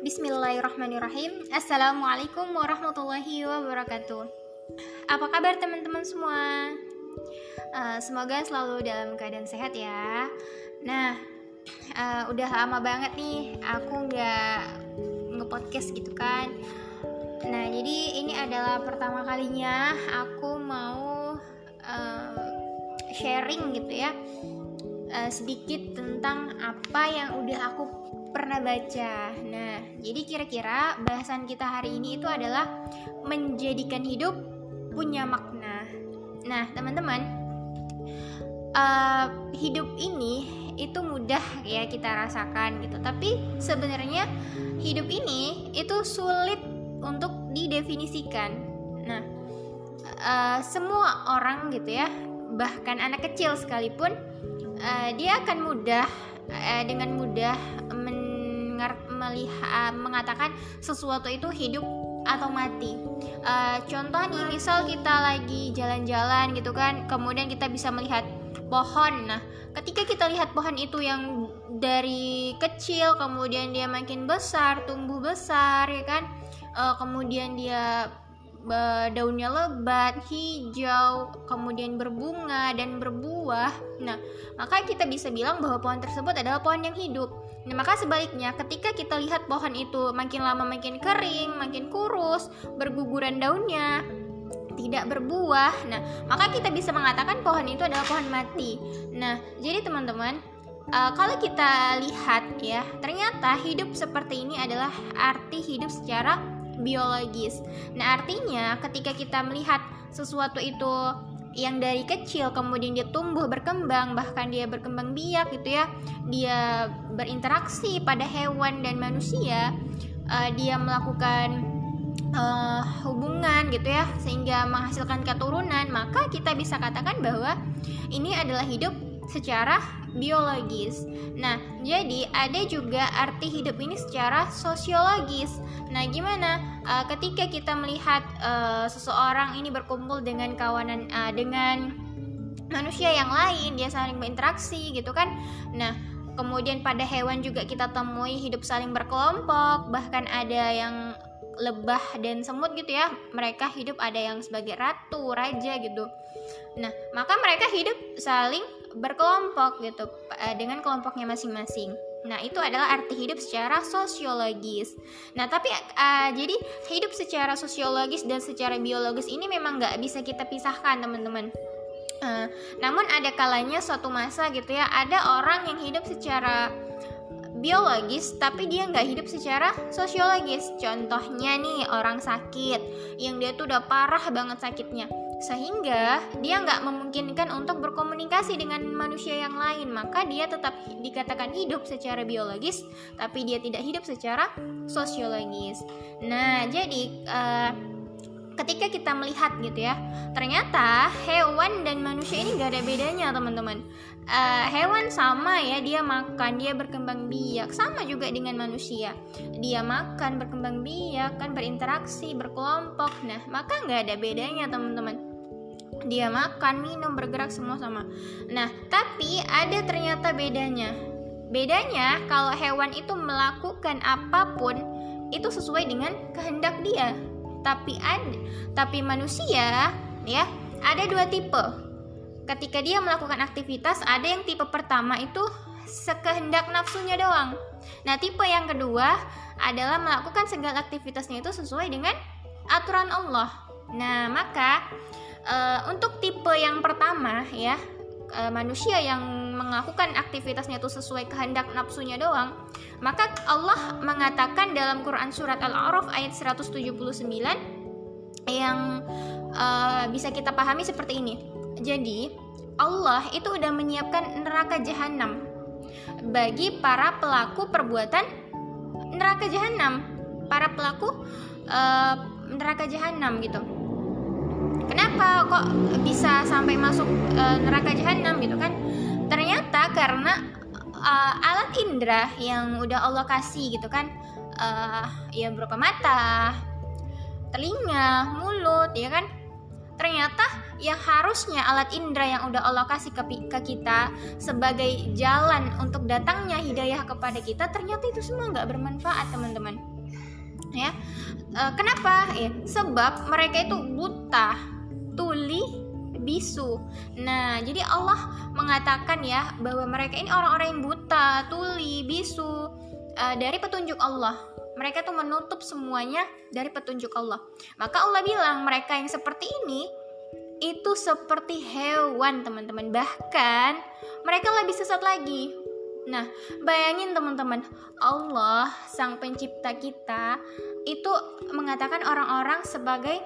Bismillahirrahmanirrahim. Assalamualaikum warahmatullahi wabarakatuh. Apa kabar teman-teman semua? Semoga selalu dalam keadaan sehat ya. Nah, udah lama banget nih aku nggak nge-podcast gitu kan. Nah, jadi ini adalah pertama kalinya aku mau sharing gitu ya, sedikit tentang apa yang udah aku pernah baca. Nah, jadi kira-kira bahasan kita hari ini itu adalah menjadikan hidup punya makna. Nah, teman-teman, hidup ini itu mudah ya kita rasakan gitu. Tapi sebenarnya hidup ini itu sulit untuk didefinisikan. Nah, semua orang gitu ya, bahkan anak kecil sekalipun, dia akan dengan mudah mengatakan sesuatu itu hidup atau mati. Contoh nih, misal kita lagi jalan-jalan gitu kan, kemudian kita bisa melihat pohon. Nah, ketika kita lihat pohon itu yang dari kecil, kemudian dia makin besar, tumbuh besar ya kan, kemudian dia daunnya lebat, hijau, kemudian berbunga dan berbuah. Nah, maka kita bisa bilang bahwa pohon tersebut adalah pohon yang hidup. Nah, maka sebaliknya, ketika kita lihat pohon itu makin lama makin kering, makin kurus, berguguran daunnya, tidak berbuah, nah, maka kita bisa mengatakan pohon itu adalah pohon mati. Nah, jadi teman-teman, kalau kita lihat ya, ternyata hidup seperti ini adalah arti hidup secara biologis. Nah, artinya ketika kita melihat sesuatu itu yang dari kecil kemudian dia tumbuh berkembang, bahkan dia berkembang biak gitu ya, dia berinteraksi pada hewan dan manusia, dia melakukan hubungan gitu ya sehingga menghasilkan keturunan, maka kita bisa katakan bahwa ini adalah hidup secara biologis. Nah, jadi ada juga arti hidup ini secara sosiologis. Nah, gimana ketika kita melihat seseorang ini berkumpul dengan kawanan, dengan manusia yang lain, dia saling berinteraksi gitu kan. Nah, kemudian pada hewan juga kita temui hidup saling berkelompok, bahkan ada yang lebah dan semut gitu ya, mereka hidup ada yang sebagai ratu, raja gitu. Nah, maka mereka hidup saling berkelompok gitu dengan kelompoknya masing-masing. Nah, itu adalah arti hidup secara sosiologis. Nah, tapi jadi hidup secara sosiologis dan secara biologis ini memang nggak bisa kita pisahkan, teman-teman. Namun ada kalanya suatu masa gitu ya, ada orang yang hidup secara biologis tapi dia nggak hidup secara sosiologis. Contohnya nih, orang sakit yang dia tuh udah parah banget sakitnya, sehingga dia nggak memungkinkan untuk berkomunikasi dengan manusia yang lain, maka dia tetap dikatakan hidup secara biologis tapi dia tidak hidup secara sosiologis. Nah, jadi ketika kita melihat gitu ya, ternyata hewan dan manusia ini gak ada bedanya, teman-teman. Hewan sama ya, dia makan, dia berkembang biak, sama juga dengan manusia. Dia makan, berkembang biak, kan berinteraksi, berkelompok. Nah, maka gak ada bedanya, teman-teman. Dia makan, minum, bergerak, semua sama. Nah, tapi ada ternyata bedanya. Bedanya kalau hewan itu melakukan apapun itu sesuai dengan kehendak dia. Tapi manusia ya, ada dua tipe. Ketika dia melakukan aktivitas, ada yang tipe pertama itu sekehendak nafsunya doang. Nah, tipe yang kedua adalah melakukan segala aktivitasnya itu sesuai dengan aturan Allah. Nah, maka untuk tipe yang pertama ya, manusia yang melakukan aktivitasnya itu sesuai kehendak nafsunya doang, maka Allah mengatakan dalam Quran surat Al-A'raf ayat 179 yang bisa kita pahami seperti ini. Jadi Allah itu udah menyiapkan neraka jahanam bagi para pelaku perbuatan neraka jahanam, para pelaku neraka jahanam gitu. Kenapa kok bisa sampai masuk neraka jahanam gitu kan? Ternyata karena alat indera yang udah Allah kasih gitu kan, ya berupa mata, telinga, mulut ya kan. Ternyata yang harusnya alat indera yang udah Allah kasih ke kita sebagai jalan untuk datangnya hidayah kepada kita, ternyata itu semua nggak bermanfaat, teman-teman. ya. Kenapa? Ya, sebab mereka itu buta, tuli, bisu. Nah, jadi Allah mengatakan ya bahwa mereka ini orang-orang yang buta, tuli, bisu dari petunjuk Allah. Mereka tuh menutup semuanya dari petunjuk Allah. Maka Allah bilang mereka yang seperti ini itu seperti hewan, teman-teman. Bahkan mereka lebih sesat lagi. Nah, bayangin teman-teman, Allah sang pencipta kita itu mengatakan orang-orang sebagai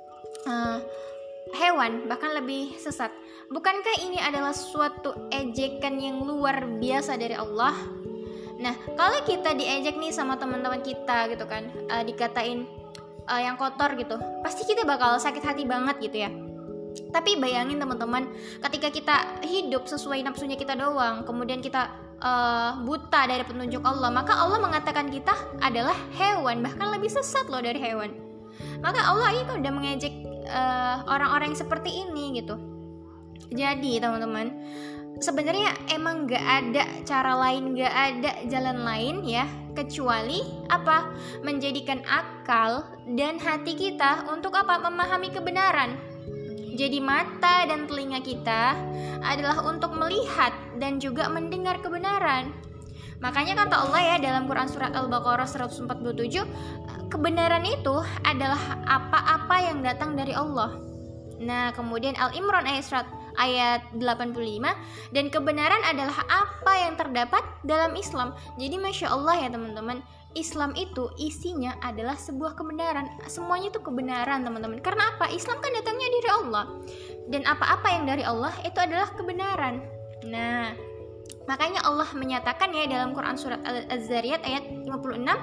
hewan, bahkan lebih sesat. Bukankah ini adalah suatu ejekan yang luar biasa dari Allah? Nah, kalau kita diejek nih sama teman-teman kita gitu kan, dikatain yang kotor gitu, pasti kita bakal sakit hati banget gitu ya. Tapi bayangin teman-teman, ketika kita hidup sesuai nafsunya kita doang, kemudian kita buta dari petunjuk Allah, maka Allah mengatakan kita adalah hewan, bahkan lebih sesat loh dari hewan. Maka Allah itu udah mengejek orang-orang yang seperti ini gitu. Jadi teman-teman, sebenarnya emang gak ada cara lain, gak ada jalan lain ya, kecuali apa? Menjadikan akal dan hati kita untuk apa? Memahami kebenaran. Jadi mata dan telinga kita adalah untuk melihat dan juga mendengar kebenaran. Makanya kata Allah ya dalam Quran surat Al-Baqarah 147, kebenaran itu adalah apa-apa yang datang dari Allah. Nah, kemudian Al-Imran ayat 85, dan kebenaran adalah apa yang terdapat dalam Islam. Jadi Masya Allah ya teman-teman, Islam itu isinya adalah sebuah kebenaran. Semuanya itu kebenaran teman-teman. Karena apa? Islam kan datangnya dari Allah, dan apa-apa yang dari Allah itu adalah kebenaran. Nah, makanya Allah menyatakan ya dalam Quran surat Az-Zariyat ayat 56,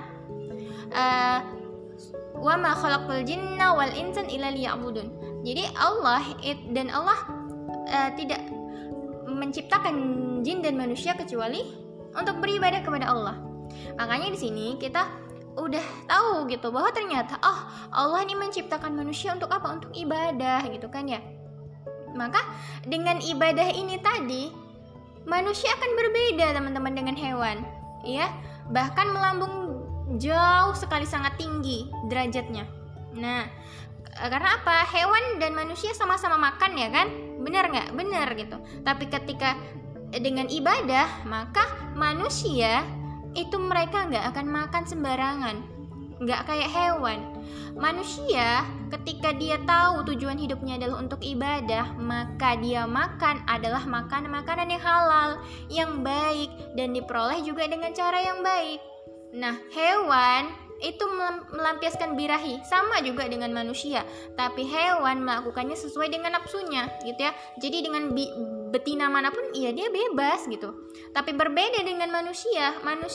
wa ma khalaqul jinna wal insan illa liya'budun. Jadi Allah tidak menciptakan jin dan manusia kecuali untuk beribadah kepada Allah. Makanya di sini kita udah tahu gitu bahwa ternyata Allah ini menciptakan manusia untuk apa? Untuk ibadah gitu kan ya. Maka dengan ibadah ini tadi manusia akan berbeda teman-teman dengan hewan, ya. Bahkan melambung jauh sekali, sangat tinggi derajatnya. Nah, karena apa? Hewan dan manusia sama-sama makan ya kan? Benar nggak? Benar gitu. Tapi ketika dengan ibadah, maka manusia itu mereka nggak akan makan sembarangan, nggak kayak hewan. Manusia ketika dia tahu tujuan hidupnya adalah untuk ibadah, maka dia makan adalah makanan yang halal, yang baik, dan diperoleh juga dengan cara yang baik. Nah, hewan itu melampiaskan birahi, sama juga dengan manusia, tapi hewan melakukannya sesuai dengan nafsunya gitu ya. Jadi dengan betina manapun ya dia bebas gitu. Tapi berbeda dengan manusia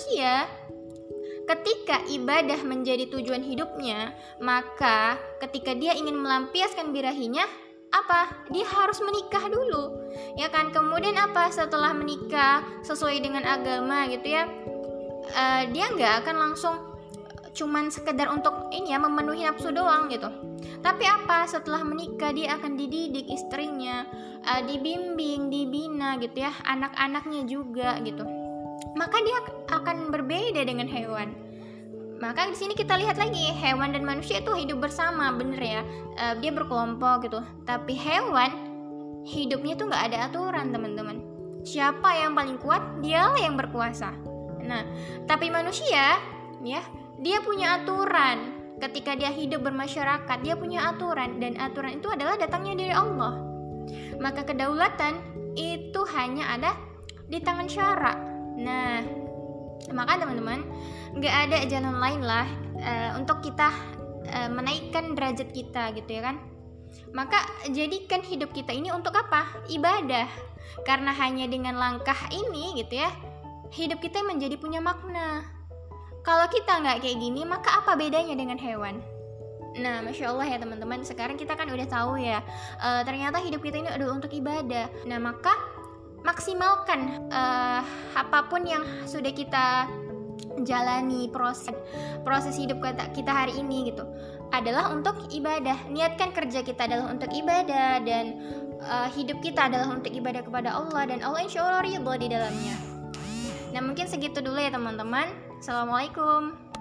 ketika ibadah menjadi tujuan hidupnya, maka ketika dia ingin melampiaskan birahinya, apa? Dia harus menikah dulu, ya kan? Kemudian apa? Setelah menikah sesuai dengan agama gitu ya, dia nggak akan langsung cuman sekedar untuk ini ya, memenuhi nafsu doang gitu. Tapi apa? Setelah menikah dia akan dididik istrinya, dibimbing, dibina gitu ya, anak-anaknya juga gitu. Maka dia akan berbeda dengan hewan. Maka di sini kita lihat lagi, hewan dan manusia itu hidup bersama, bener ya, dia berkelompok gitu. Tapi hewan hidupnya tuh nggak ada aturan teman-teman. Siapa yang paling kuat, dialah yang berkuasa. Nah, tapi manusia ya, dia punya aturan. Ketika dia hidup bermasyarakat, dia punya aturan, dan aturan itu adalah datangnya dari Allah. Maka kedaulatan itu hanya ada di tangan syara. Nah, maka teman-teman, nggak ada jalan lain lah untuk kita menaikkan derajat kita gitu ya kan. Maka jadikan hidup kita ini untuk apa? Ibadah. Karena hanya dengan langkah ini gitu ya, hidup kita menjadi punya makna. Kalau kita nggak kayak gini, maka apa bedanya dengan hewan? Nah, Masya Allah ya teman-teman, sekarang kita kan udah tahu ya, ternyata hidup kita ini adalah untuk ibadah. Nah, maka maksimalkan apapun yang sudah kita jalani, proses hidup kita hari ini gitu, adalah untuk ibadah. Niatkan kerja kita adalah untuk ibadah, dan hidup kita adalah untuk ibadah kepada Allah, dan Allah insya Allah ridho di dalamnya. Nah, mungkin segitu dulu ya teman-teman. Assalamualaikum.